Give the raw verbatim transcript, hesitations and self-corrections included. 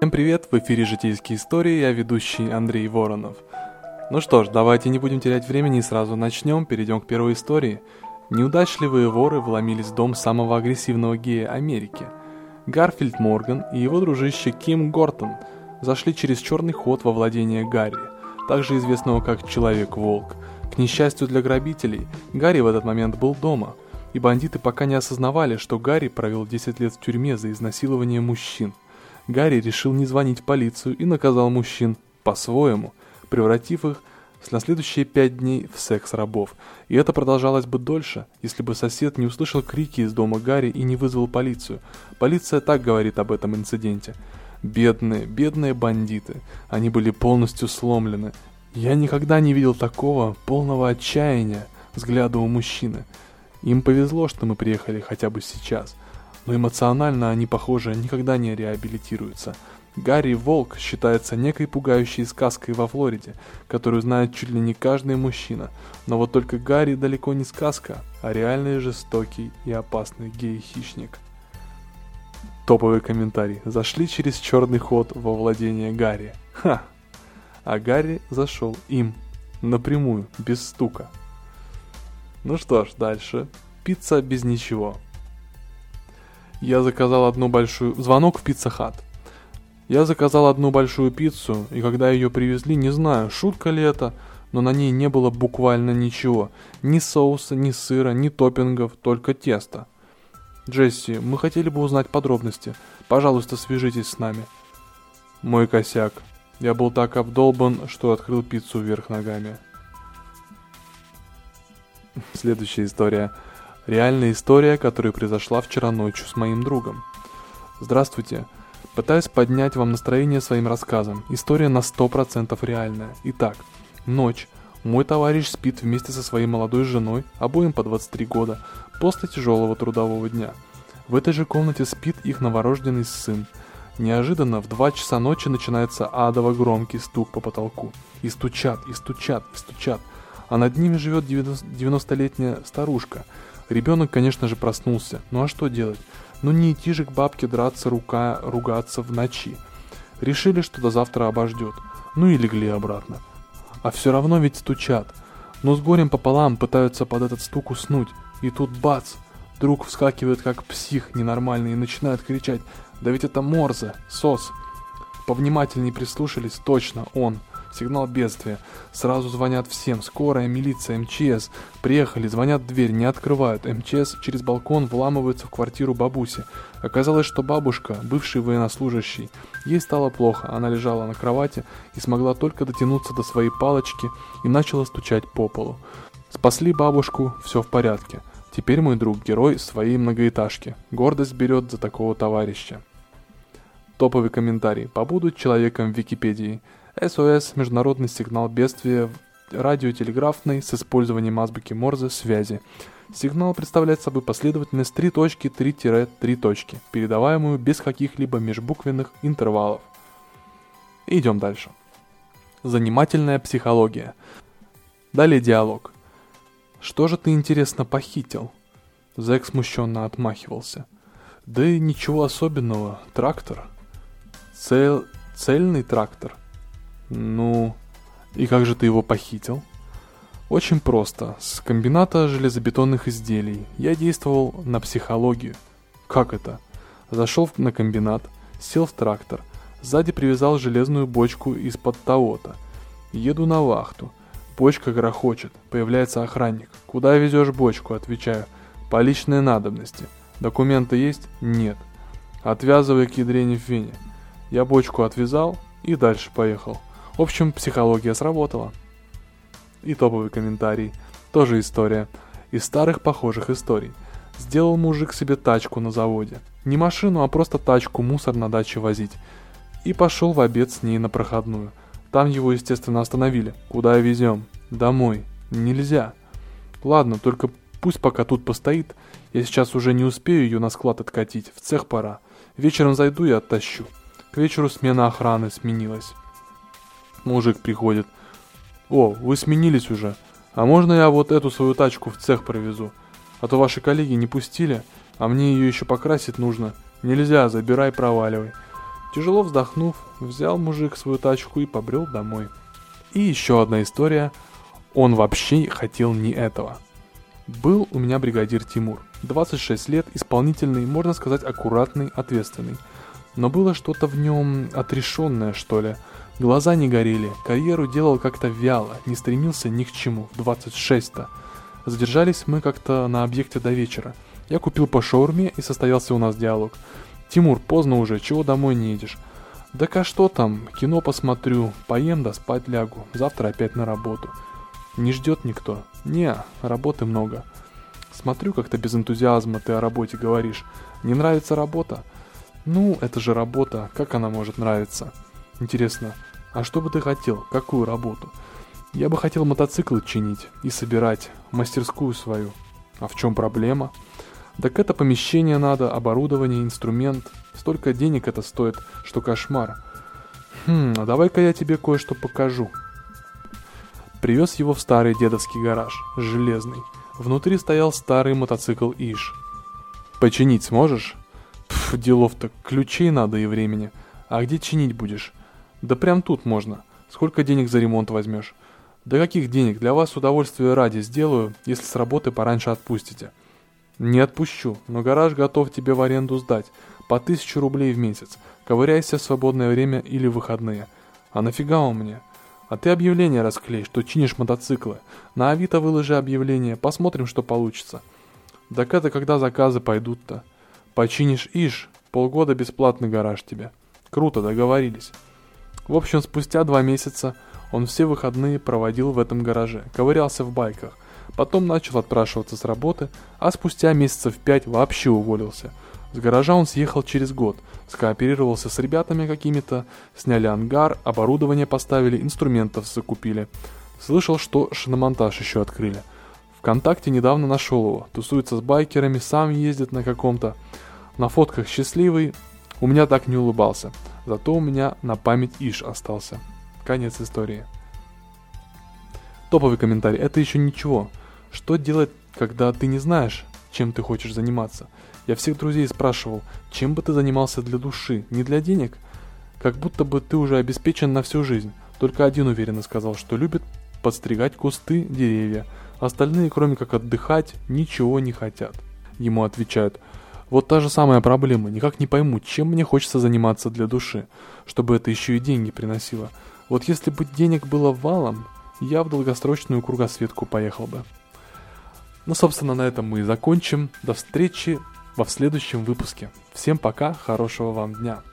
Всем привет, в эфире «Житейские истории», я ведущий Андрей Воронов. Ну что ж, давайте не будем терять времени и сразу начнем, перейдем к первой истории. Неудачливые воры вломились в дом самого агрессивного гея Америки. Гарфилд Морган и его дружище Ким Гортон зашли через черный ход во владение Гарри, также известного как Человек-волк. К несчастью для грабителей, Гарри в этот момент был дома, и бандиты пока не осознавали, что Гарри провел десять лет в тюрьме за изнасилование мужчин. Гарри решил не звонить в полицию и наказал мужчин по-своему, превратив их на следующие пять дней в секс-рабов. И это продолжалось бы дольше, если бы сосед не услышал крики из дома Гарри и не вызвал полицию. Полиция так говорит об этом инциденте. Бедные, бедные бандиты. Они были полностью сломлены. Я никогда не видел такого полного отчаяния взгляда у мужчины. Им повезло, что мы приехали хотя бы сейчас. Но эмоционально они, похоже, никогда не реабилитируются. Гарри Волк считается некой пугающей сказкой во Флориде, которую знает чуть ли не каждый мужчина. Но вот только Гарри далеко не сказка, а реальный жестокий и опасный гей-хищник. Топовый комментарий. Зашли через черный ход во владение Гарри. Ха! А Гарри зашел им. Напрямую, без стука. Ну что ж, дальше. Пицца без ничего. Я заказал одну большую... Звонок в Pizza Hut. Я заказал одну большую пиццу, и когда ее привезли, не знаю, шутка ли это, но на ней не было буквально ничего. Ни соуса, ни сыра, ни топпингов, только тесто. Джесси, мы хотели бы узнать подробности. Пожалуйста, свяжитесь с нами. Мой косяк. Я был так обдолбан, что открыл пиццу вверх ногами. Следующая история. Реальная история, которая произошла вчера ночью с моим другом. Здравствуйте. Пытаюсь поднять вам настроение своим рассказом. История на сто процентов реальная. Итак, ночь. Мой товарищ спит вместе со своей молодой женой, обоим по двадцать три года, после тяжелого трудового дня. В этой же комнате спит их новорожденный сын. Неожиданно в два часа ночи начинается адово громкий стук по потолку. И стучат, и стучат, и стучат. А над ними живет девяностолетняя старушка. Ребенок, конечно же, проснулся. Ну а что делать? Ну не идти же к бабке драться, рука, ругаться в ночи. Решили, что до завтра обождет. Ну и легли обратно. А все равно ведь стучат. Но с горем пополам пытаются под этот стук уснуть. И тут бац! Друг вскакивает как псих ненормальный и начинает кричать: «Да ведь это Морзе, сос!» Повнимательнее прислушались, точно он. Сигнал бедствия. Сразу звонят всем. Скорая, милиция, эм че эс. Приехали, звонят в дверь, не открывают. эм че эс через балкон вламывается в квартиру бабуси. Оказалось, что бабушка, бывший военнослужащий. Ей стало плохо, она лежала на кровати и смогла только дотянуться до своей палочки и начала стучать по полу. Спасли бабушку, все в порядке. Теперь мой друг герой своей многоэтажки. Гордость берет за такого товарища. Топовый комментарий. Побуду человеком в Википедии. эс о эс – международный сигнал бедствия радиотелеграфной с использованием азбуки Морзе связи. Сигнал представляет собой последовательность три точки три три точки, передаваемую без каких-либо межбуквенных интервалов. Идем дальше. Занимательная психология. Далее диалог. Что же ты, интересно, похитил? Зэк смущенно отмахивался. Да и ничего особенного. Трактор. Цель... Цельный трактор. Ну, и как же ты его похитил? Очень просто. С комбината железобетонных изделий. Я действовал на психологию. Как это? Зашел на комбинат, сел в трактор, сзади привязал железную бочку из-под того-то. Еду на вахту. Бочка грохочет. Появляется охранник. Куда везешь бочку? Отвечаю. По личной надобности. Документы есть? Нет. Отвязывай к ядрене в вене. Я бочку отвязал и дальше поехал. В общем, психология сработала. И топовый комментарий. Тоже история. Из старых похожих историй. Сделал мужик себе тачку на заводе. Не машину, а просто тачку мусор на даче возить. И пошел в обед с ней на проходную. Там его, естественно, остановили. Куда везем? Домой. Нельзя. Ладно, только пусть пока тут постоит. Я сейчас уже не успею ее на склад откатить. В цех пора. Вечером зайду и оттащу. К вечеру смена охраны сменилась. Мужик приходит. О, вы сменились уже. А можно я вот эту свою тачку в цех провезу? А то ваши коллеги не пустили, а мне ее еще покрасить нужно. Нельзя, забирай, проваливай. Тяжело вздохнув, взял мужик свою тачку и побрел домой. И еще одна история. Он вообще хотел не этого. Был у меня бригадир Тимур. двадцать шесть лет, исполнительный, можно сказать, аккуратный, ответственный. Но было что-то в нем отрешенное, что ли. Глаза не горели, карьеру делал как-то вяло, не стремился ни к чему. В двадцать шесть-то. Задержались мы как-то на объекте до вечера. Я купил по шаурме, и состоялся у нас диалог. «Тимур, поздно уже, чего домой не едешь?» «Так а что там, кино посмотрю, поем да спать лягу, завтра опять на работу». «Не ждет никто?» «Не, работы много». «Смотрю, как-то без энтузиазма ты о работе говоришь. Не нравится работа?» «Ну, это же работа, как она может нравиться?» «Интересно, а что бы ты хотел, какую работу?» «Я бы хотел мотоциклы чинить и собирать, мастерскую свою». «А в чем проблема?» «Так это помещение надо, оборудование, инструмент. Столько денег это стоит, что кошмар». «Хм, а давай-ка я тебе кое-что покажу». Привез его в старый дедовский гараж, железный. Внутри стоял старый мотоцикл Иш. «Починить сможешь?» «Пф, делов-то, ключей надо и времени. А где чинить будешь?» «Да прям тут можно. Сколько денег за ремонт возьмешь?» «Да каких денег? Для вас удовольствие ради сделаю, если с работы пораньше отпустите». «Не отпущу, но гараж готов тебе в аренду сдать. По тысячу рублей в месяц. Ковыряйся в свободное время или в выходные». «А нафига он мне?» «А ты объявление расклей, что чинишь мотоциклы. На Авито выложи объявление, посмотрим, что получится». «Так это когда заказы пойдут-то?» «Починишь Иш, полгода бесплатный гараж тебе». «Круто, договорились». В общем, спустя два месяца он все выходные проводил в этом гараже, ковырялся в байках. Потом начал отпрашиваться с работы, а спустя месяцев пять вообще уволился. С гаража он съехал через год, скооперировался с ребятами какими-то, сняли ангар, оборудование поставили, инструментов закупили. Слышал, что шиномонтаж еще открыли. ВКонтакте недавно нашел его, тусуется с байкерами, сам ездит на каком-то. На фотках счастливый, у меня так не улыбался, зато у меня на память Иш остался. Конец истории. Топовый комментарий, это еще ничего. Что делать, когда ты не знаешь, чем ты хочешь заниматься? Я всех друзей спрашивал, чем бы ты занимался для души, не для денег? Как будто бы ты уже обеспечен на всю жизнь. Только один уверенно сказал, что любит подстригать кусты, деревья. Остальные, кроме как отдыхать, ничего не хотят. Ему отвечают, вот та же самая проблема, никак не пойму, чем мне хочется заниматься для души, чтобы это еще и деньги приносило. Вот если бы денег было валом, я в долгосрочную кругосветку поехал бы. Ну, собственно, на этом мы и закончим. До встречи во следующем выпуске. Всем пока, хорошего вам дня.